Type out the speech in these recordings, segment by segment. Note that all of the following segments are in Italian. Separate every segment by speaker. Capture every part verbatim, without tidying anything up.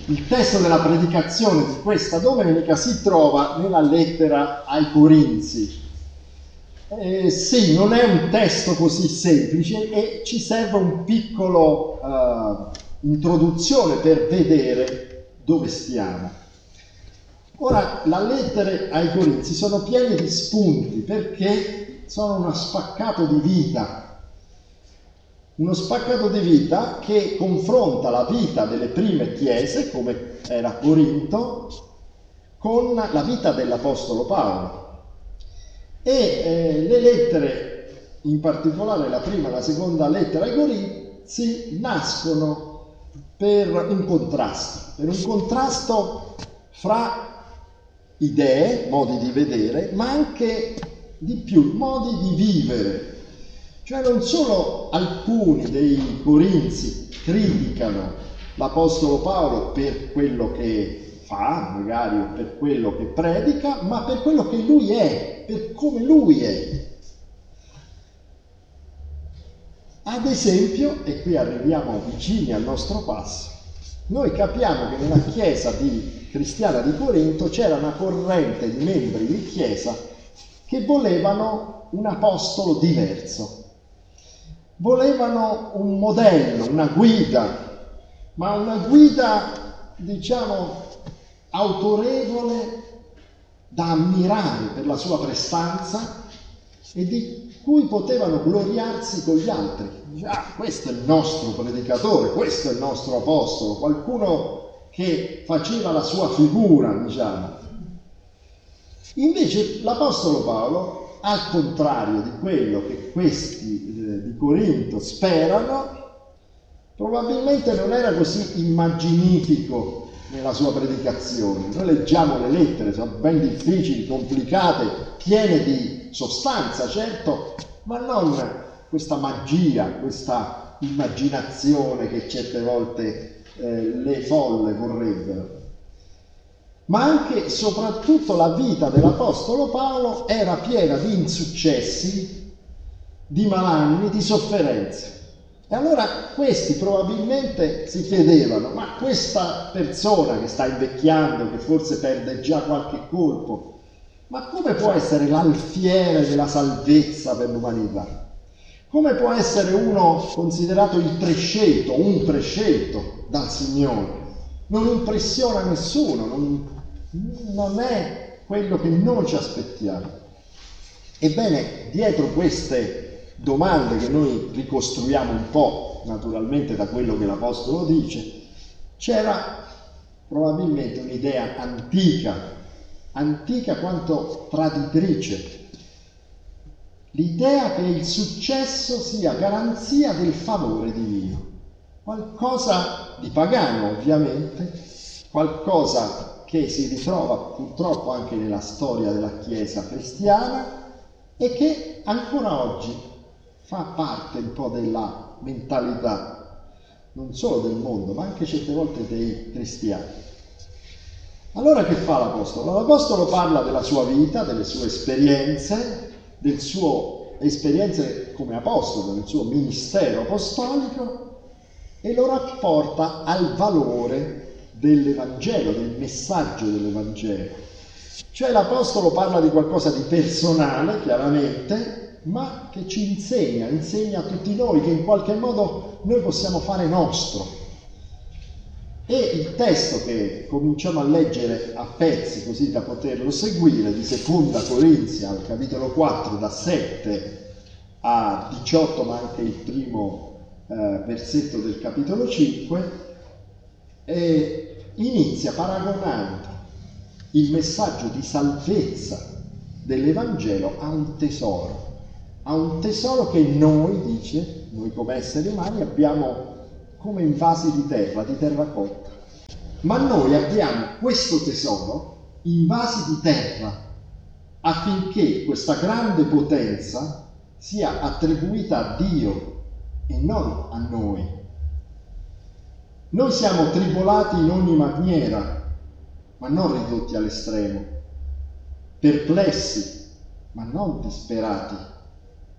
Speaker 1: il testo della predicazione di questa domenica si trova nella lettera ai Corinzi. Eh, sì, non è un testo così semplice e ci serve un piccolo uh, introduzione per vedere dove stiamo. Ora, le lettere ai Corinzi sono piene di spunti perché sono uno spaccato di vita, uno spaccato di vita che confronta la vita delle prime chiese, come era Corinto, con la vita dell'Apostolo Paolo. E eh, le lettere, in particolare la prima e la seconda lettera ai Corinzi, nascono per un contrasto, per un contrasto fra idee, modi di vedere, ma anche di più, modi di vivere. Cioè non solo alcuni dei Corinzi criticano l'Apostolo Paolo per quello che fa, magari, o per quello che predica, ma per quello che lui è, per come lui è. Ad esempio, e qui arriviamo vicini al nostro passo, noi capiamo che nella chiesa di, cristiana di Corinto c'era una corrente di membri di chiesa che volevano un apostolo diverso. Volevano un modello, una guida, ma una guida, diciamo, autorevole, da ammirare per la sua prestanza e di cui potevano gloriarsi con gli altri. Dice, ah, questo è il nostro predicatore, questo è il nostro apostolo, qualcuno che faceva la sua figura, diciamo. Invece l'Apostolo Paolo, al contrario di quello che questi eh, di Corinto sperano, probabilmente non era così immaginifico nella sua predicazione. Noi leggiamo le lettere, sono ben difficili, complicate, piene di sostanza, certo, ma non questa magia, questa immaginazione che certe volte eh, le folle vorrebbero. Ma anche e soprattutto la vita dell'Apostolo Paolo era piena di insuccessi, di malanni, di sofferenze. E allora questi probabilmente si chiedevano, ma questa persona che sta invecchiando, che forse perde già qualche colpo, ma come può essere l'alfiere della salvezza per l'umanità? Come può essere uno considerato il prescelto, un prescelto dal Signore? Non impressiona nessuno, non, non è quello che noi ci aspettiamo. Ebbene, dietro queste domande che noi ricostruiamo un po', naturalmente, da quello che l'Apostolo dice, c'era probabilmente un'idea antica, antica quanto traditrice. L'idea che il successo sia garanzia del favore divino. Qualcosa di pagano, ovviamente, qualcosa che si ritrova purtroppo anche nella storia della Chiesa cristiana e che ancora oggi fa parte un po' della mentalità, non solo del mondo, ma anche certe volte dei cristiani. Allora che fa l'Apostolo? L'Apostolo parla della sua vita, delle sue esperienze, del suo esperienze come apostolo, del suo ministero apostolico, e lo rapporta al valore dell'Evangelo, del messaggio dell'Evangelo. Cioè l'Apostolo parla di qualcosa di personale, chiaramente, ma che ci insegna, insegna a tutti noi, che in qualche modo noi possiamo fare nostro. E il testo che cominciamo a leggere a pezzi, così da poterlo seguire, di seconda Corinzi, al capitolo quattro, da sette a diciotto, ma anche il primo eh, versetto del capitolo cinque, e inizia paragonando il messaggio di salvezza dell'Evangelo a un tesoro. A un tesoro che noi, dice, noi come esseri umani abbiamo come in vasi di terra, di terracotta. Ma noi abbiamo questo tesoro in vasi di terra affinché questa grande potenza sia attribuita a Dio e non a noi. Noi siamo tribolati in ogni maniera, ma non ridotti all'estremo, perplessi, ma non disperati,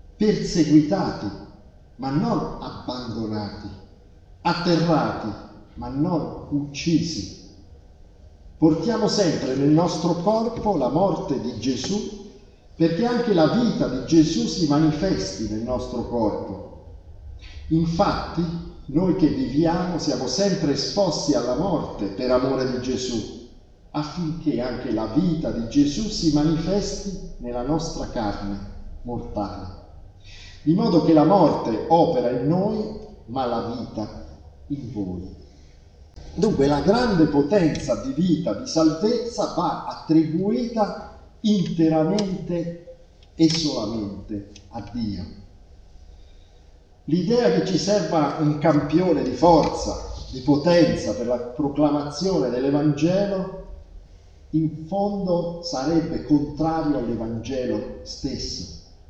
Speaker 1: perseguitati, ma non abbandonati, atterrati, ma non uccisi. Portiamo sempre nel nostro corpo la morte di Gesù, perché anche la vita di Gesù si manifesti nel nostro corpo. Infatti, noi che viviamo siamo sempre esposti alla morte per amore di Gesù, affinché anche la vita di Gesù si manifesti nella nostra carne mortale. Di modo che la morte opera in noi, ma la vita in voi. Dunque la grande potenza di vita, di salvezza va attribuita interamente e solamente a Dio. L'idea che ci serva un campione di forza, di potenza per la proclamazione dell'Evangelo, in fondo sarebbe contrario all'Evangelo stesso.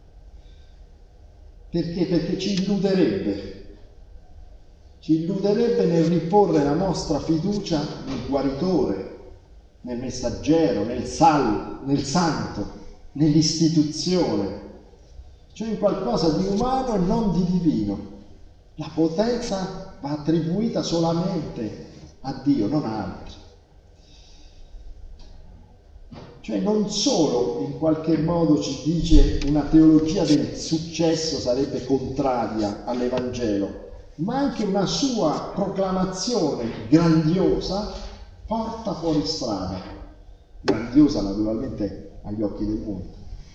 Speaker 1: Perché? Perché ci illuderebbe. Ci illuderebbe nel riporre la nostra fiducia nel guaritore, nel messaggero, nel salvo, nel santo, nell'istituzione, cioè in qualcosa di umano e non di divino. La potenza va attribuita solamente a Dio, non a altri. Cioè non solo in qualche modo ci dice una teologia del successo sarebbe contraria all'Evangelo, ma anche una sua proclamazione grandiosa porta fuori strada. Grandiosa naturalmente agli occhi del mondo.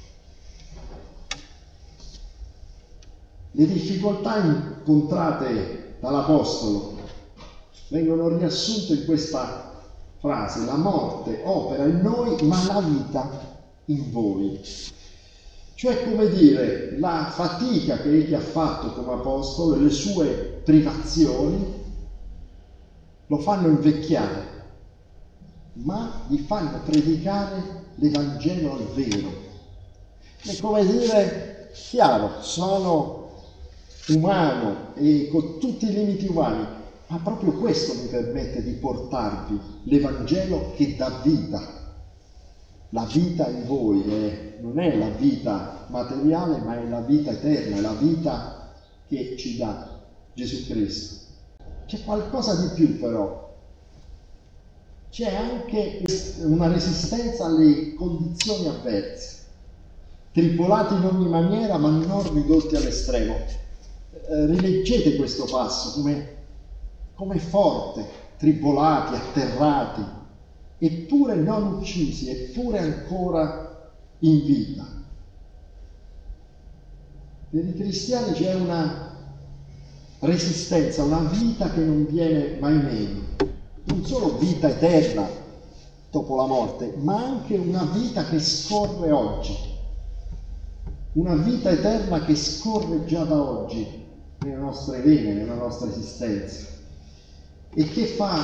Speaker 1: Le difficoltà incontrate dall'Apostolo vengono riassunte in questa frase: la morte opera in noi, ma la vita in voi. Cioè, come dire, la fatica che egli ha fatto come apostolo e le sue privazioni lo fanno invecchiare, ma gli fanno predicare l'Evangelo al vero. È come dire, chiaro, sono umano e con tutti i limiti umani, ma proprio questo mi permette di portarvi l'Evangelo che dà vita. La vita in voi è, non è la vita materiale, ma è la vita eterna, è la vita che ci dà Gesù Cristo. C'è qualcosa di più però. C'è anche una resistenza alle condizioni avverse, tribolati in ogni maniera, ma non ridotti all'estremo. Eh, rileggete questo passo come, come forte, tribolati, atterrati, eppure non uccisi, eppure ancora in vita. Per i cristiani c'è una resistenza, una vita che non viene mai meno. Non solo vita eterna dopo la morte, ma anche una vita che scorre oggi. Una vita eterna che scorre già da oggi nelle nostre vene, nella nostra esistenza, e che fa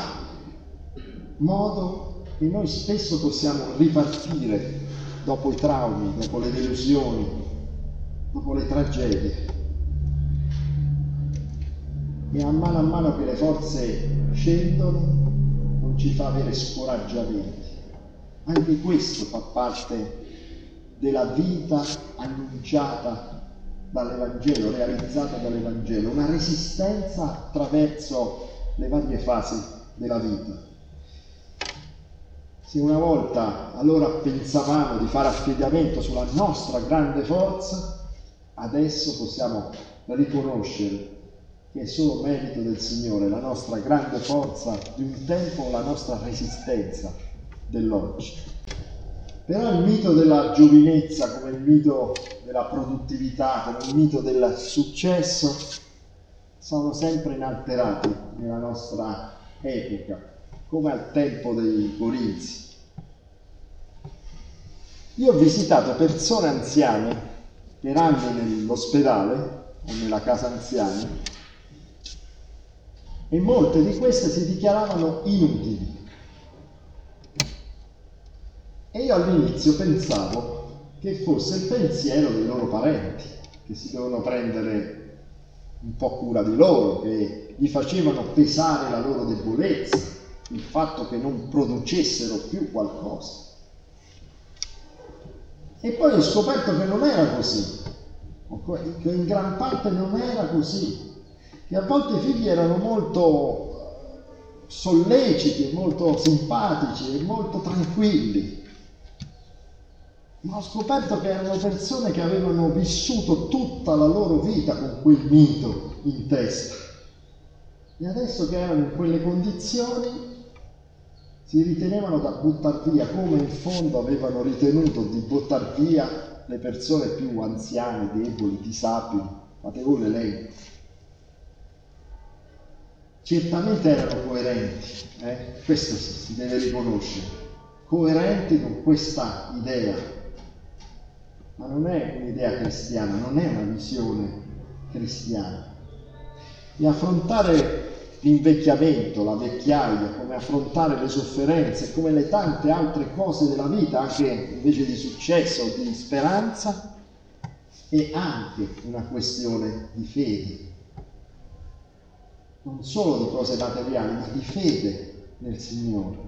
Speaker 1: modo che noi spesso possiamo ripartire dopo i traumi, dopo le delusioni, dopo le tragedie. E a mano a mano che le forze scendono non ci fa avere scoraggiamenti. Anche questo fa parte della vita annunciata dall'Evangelo, realizzata dall'Evangelo, una resistenza attraverso le varie fasi della vita. Se una volta allora pensavamo di fare affidamento sulla nostra grande forza, adesso possiamo riconoscere che è solo merito del Signore, la nostra grande forza di un tempo, la nostra resistenza dell'oggi. Però il mito della giovinezza, come il mito della produttività, come il mito del successo, sono sempre inalterati nella nostra epoca, come al tempo dei Corinzi. Io ho visitato persone anziane per anni nell'ospedale o nella casa anziani e molte di queste si dichiaravano inutili. E io all'inizio pensavo che fosse il pensiero dei loro parenti, che si dovevano prendere un po' cura di loro, che gli facevano pesare la loro debolezza, il fatto che non producessero più qualcosa. E poi ho scoperto che non era così, che in gran parte non era così, che a volte i figli erano molto solleciti, e molto simpatici e molto tranquilli. Ma ho scoperto che erano persone che avevano vissuto tutta la loro vita con quel mito in testa. E adesso che erano in quelle condizioni si ritenevano da buttar via, come in fondo avevano ritenuto di buttar via le persone più anziane, deboli, disabili. Fate voi l'elenco. Certamente erano coerenti, eh? Questo si, si deve riconoscere, coerenti con questa idea, ma non è un'idea cristiana, non è una visione cristiana. E affrontare l'invecchiamento, la vecchiaia, come affrontare le sofferenze, come le tante altre cose della vita, anche invece di successo o di speranza, è anche una questione di fede. Non solo di cose materiali, ma di fede nel Signore.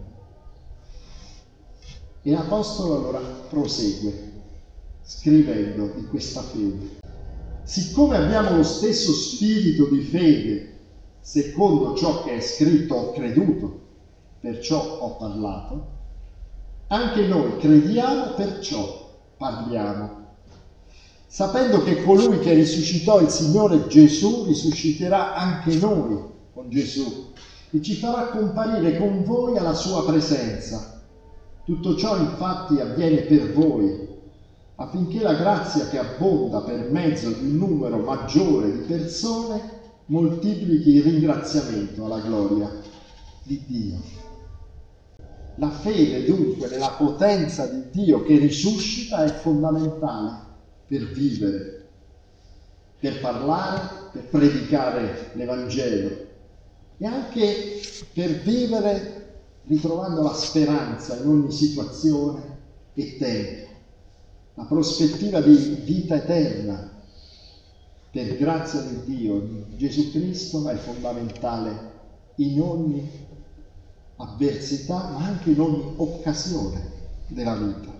Speaker 1: E l'Apostolo allora prosegue, scrivendo di questa fede. Siccome abbiamo lo stesso spirito di fede, secondo ciò che è scritto ho creduto, perciò ho parlato, anche noi crediamo, perciò parliamo. Sapendo che colui che risuscitò il Signore Gesù risusciterà anche noi con Gesù e ci farà comparire con voi alla sua presenza. Tutto ciò infatti avviene per voi, affinché la grazia che abbonda per mezzo di un numero maggiore di persone moltiplichi il ringraziamento alla gloria di Dio. La fede dunque nella potenza di Dio che risuscita è fondamentale per vivere, per parlare, per predicare l'Evangelo e anche per vivere ritrovando la speranza in ogni situazione e tempo, la prospettiva di vita eterna per grazia di Dio in Gesù Cristo è fondamentale in ogni avversità ma anche in ogni occasione della vita.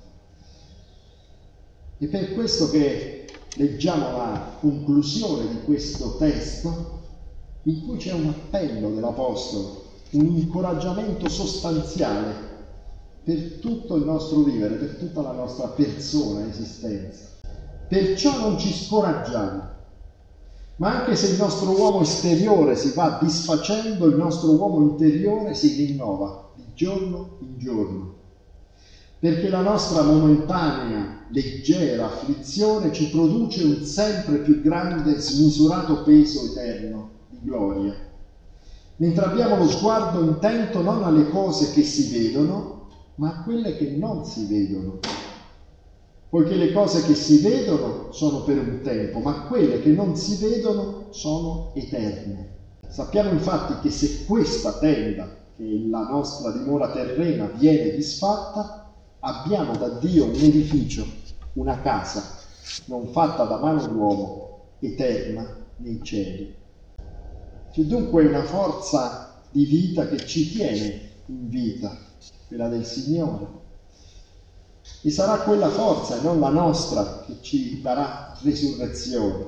Speaker 1: E per questo che leggiamo la conclusione di questo testo, in cui c'è un appello dell'Apostolo, un incoraggiamento sostanziale per tutto il nostro vivere, per tutta la nostra persona, esistenza. Perciò non ci scoraggiamo, ma anche se il nostro uomo esteriore si va disfacendo, il nostro uomo interiore si rinnova di giorno in giorno. Perché la nostra momentanea, leggera afflizione ci produce un sempre più grande, smisurato peso eterno di gloria, mentre abbiamo lo sguardo intento non alle cose che si vedono, ma a quelle che non si vedono. Poiché le cose che si vedono sono per un tempo, ma quelle che non si vedono sono eterne. Sappiamo infatti che se questa tenda, che è la nostra dimora terrena, viene disfatta, abbiamo da Dio un edificio, una casa, non fatta da mano d'uomo, eterna nei cieli. C'è dunque una forza di vita che ci tiene in vita, quella del Signore. E sarà quella forza e non la nostra che ci darà risurrezione.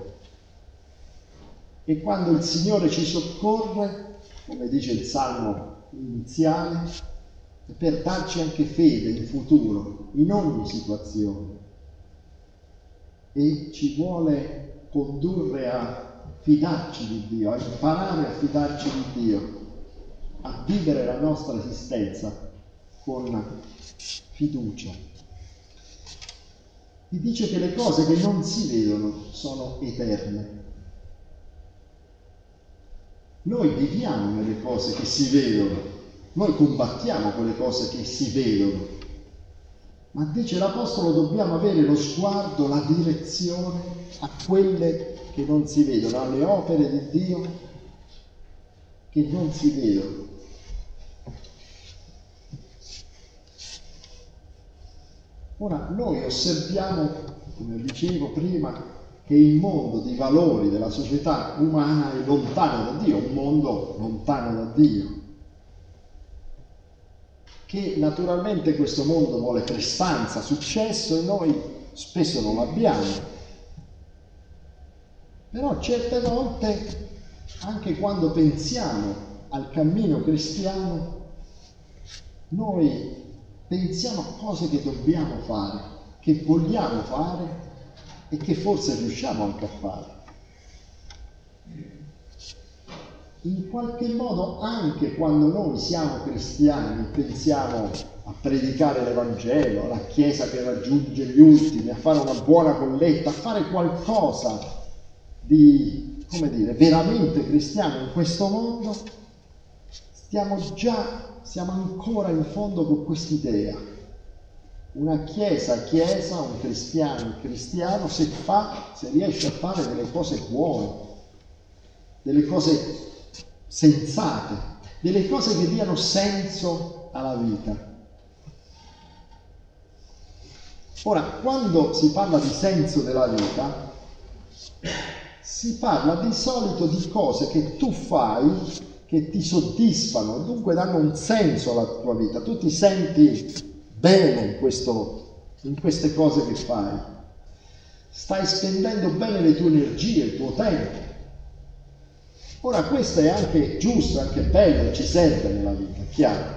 Speaker 1: E quando il Signore ci soccorre, come dice il Salmo iniziale, per darci anche fede in futuro, in ogni situazione. E ci vuole condurre a fidarci di Dio, a imparare a fidarci di Dio, a vivere la nostra esistenza con fiducia. E dice che le cose che non si vedono sono eterne. Noi viviamo nelle cose che si vedono, noi combattiamo con le cose che si vedono, ma dice l'Apostolo dobbiamo avere lo sguardo, la direzione a quelle che non si vedono, alle opere di Dio che non si vedono. Ora noi osserviamo, come dicevo prima, che il mondo dei valori della società umana è lontano da Dio, un mondo lontano da Dio. Che naturalmente questo mondo vuole prestanza, successo e noi spesso non l'abbiamo. Però certe volte, anche quando pensiamo al cammino cristiano, noi pensiamo a cose che dobbiamo fare, che vogliamo fare e che forse riusciamo anche a fare. In qualche modo, anche quando noi siamo cristiani, pensiamo a predicare l'Evangelo, alla Chiesa che raggiunge gli ultimi, a fare una buona colletta, a fare qualcosa di, come dire, veramente cristiano in questo mondo, stiamo già, siamo ancora in fondo con quest'idea. Una Chiesa, Chiesa, un cristiano, cristiano, se fa, se riesce a fare delle cose buone, delle cose sensate, delle cose che diano senso alla vita. Ora, quando si parla di senso della vita, si parla di solito di cose che tu fai, che ti soddisfano, dunque danno un senso alla tua vita. Tu ti senti bene in, questo, in queste cose che fai. Stai spendendo bene le tue energie, il tuo tempo. Ora, questo è anche giusto, anche bello, ci serve nella vita, chiaro.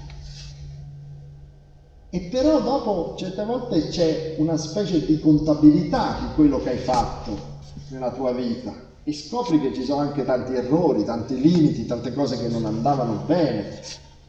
Speaker 1: E però dopo certe volte c'è una specie di contabilità di quello che hai fatto nella tua vita e scopri che ci sono anche tanti errori, tanti limiti, tante cose che non andavano bene.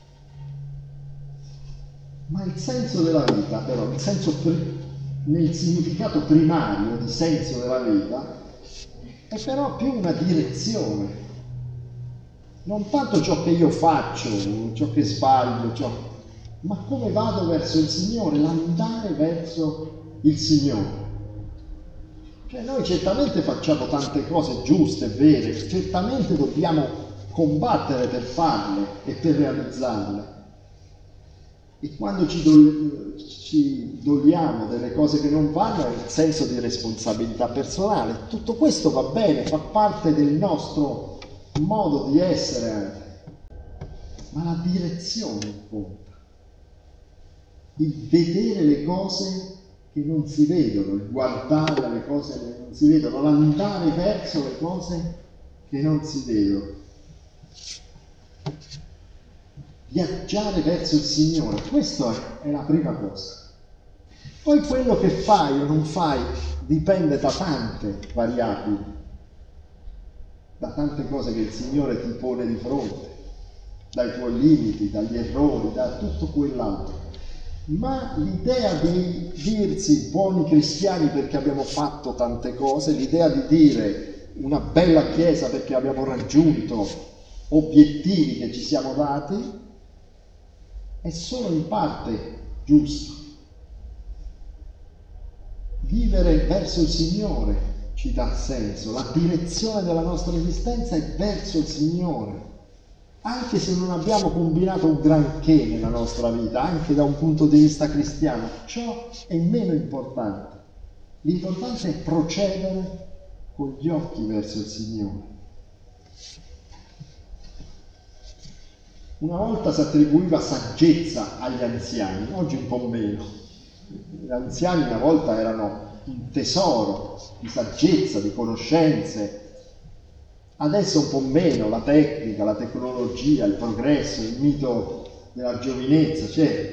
Speaker 1: Ma il senso della vita, però, il senso pri- nel significato primario di senso della vita, è però più una direzione. Non tanto ciò che io faccio, ciò che sbaglio, ciò, ma come vado verso il Signore, l'andare verso il Signore. Cioè noi certamente facciamo tante cose giuste, vere, certamente dobbiamo combattere per farle e per realizzarle. E quando ci, do, ci dogliamo delle cose che non vanno è il senso di responsabilità personale. Tutto questo va bene, fa parte del nostro modo di essere anche. Ma la direzione conta. Il vedere le cose che non si vedono, il guardare le cose che non si vedono, l'andare verso le cose che non si vedono. Viaggiare verso il Signore, questa è la prima cosa. Poi quello che fai o non fai dipende da tante variabili, da tante cose che il Signore ti pone di fronte, dai tuoi limiti, dagli errori, da tutto quell'altro. Ma l'idea di dirsi buoni cristiani perché abbiamo fatto tante cose, l'idea di dire una bella Chiesa perché abbiamo raggiunto obiettivi che ci siamo dati, è solo in parte giusto. Vivere verso il Signore ci dà senso, la direzione della nostra esistenza è verso il Signore, anche se non abbiamo combinato un granché nella nostra vita, anche da un punto di vista cristiano, ciò è meno importante. L'importante è procedere con gli occhi verso il Signore. Una volta si attribuiva saggezza agli anziani, oggi un po' meno. Gli anziani una volta erano un tesoro di saggezza, di conoscenze. Adesso un po' meno, la tecnica, la tecnologia, il progresso, il mito della giovinezza, certo.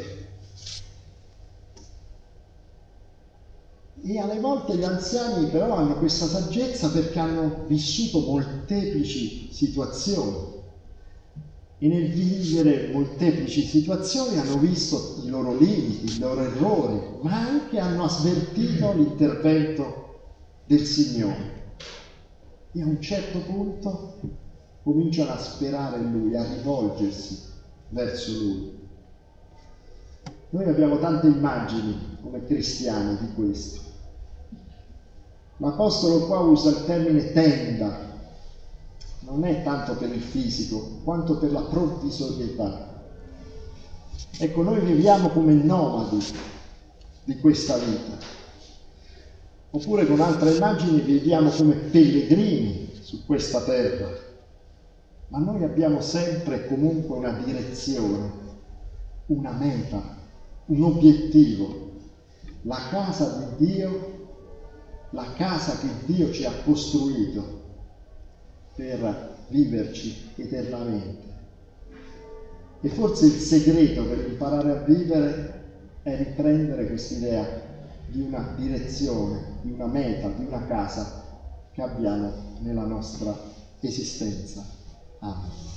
Speaker 1: E alle volte gli anziani però hanno questa saggezza perché hanno vissuto molteplici situazioni. E nel vivere molteplici situazioni hanno visto i loro limiti, i loro errori, ma anche hanno avvertito l'intervento del Signore. E a un certo punto cominciano a sperare in Lui, a rivolgersi verso Lui. Noi abbiamo tante immagini come cristiani di questo. L'Apostolo qua usa il termine tenda, non è tanto per il fisico, quanto per la provvisorietà. Ecco, noi viviamo come nomadi di questa vita. Oppure con altre immagini viviamo come pellegrini su questa terra. Ma noi abbiamo sempre e comunque una direzione, una meta, un obiettivo. La casa di Dio, la casa che Dio ci ha costruito per viverci eternamente. E forse il segreto per imparare a vivere è riprendere quest'idea di una direzione, di una meta, di una casa che abbiamo nella nostra esistenza. Amen.